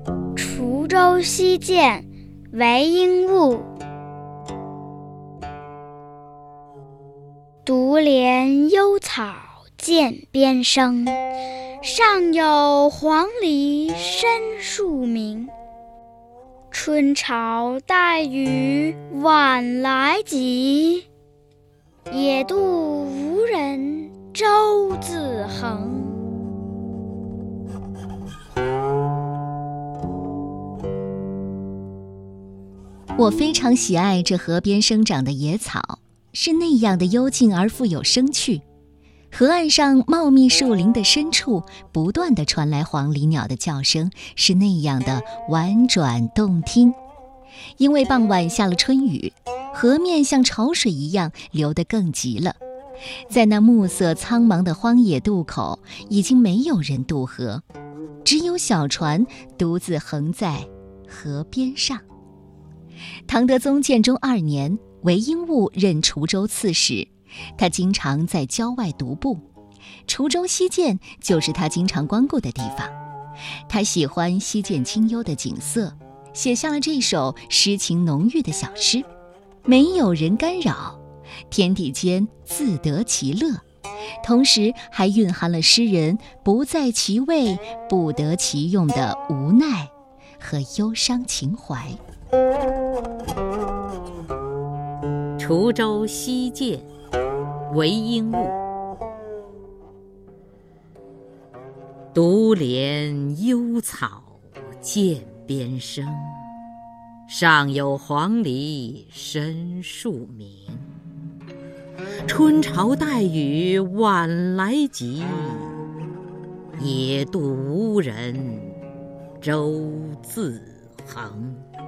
滁州西涧为应物，独怜幽草涧边生，上有黄鹂深树鸣。春潮带雨晚来急，野渡无人舟自横。 我非常喜爱这河边生长的野草，是那样的幽静而富有生趣。河岸上茂密树林的深处，不断地传来黄鹂鸟的叫声，是那样的婉转动听。因为傍晚下了春雨，河面像潮水一样流得更急了。在那暮色苍茫的荒野渡口，已经没有人渡河，只有小船独自横在河边上。唐德宗建中2年，韦应物任滁州刺史，他经常在郊外独步，滁州西涧就是他经常光顾的地方。他喜欢西涧清幽的景色，写下了这首诗情浓郁的小诗：没有人干扰，天地间自得其乐，同时还蕴含了诗人不在其位不得其用的无奈和忧伤情怀。 滁州西涧，韦应物。独怜幽草涧边生，上有黄鹂深树鸣。春潮带雨晚来急，野渡无人舟自横。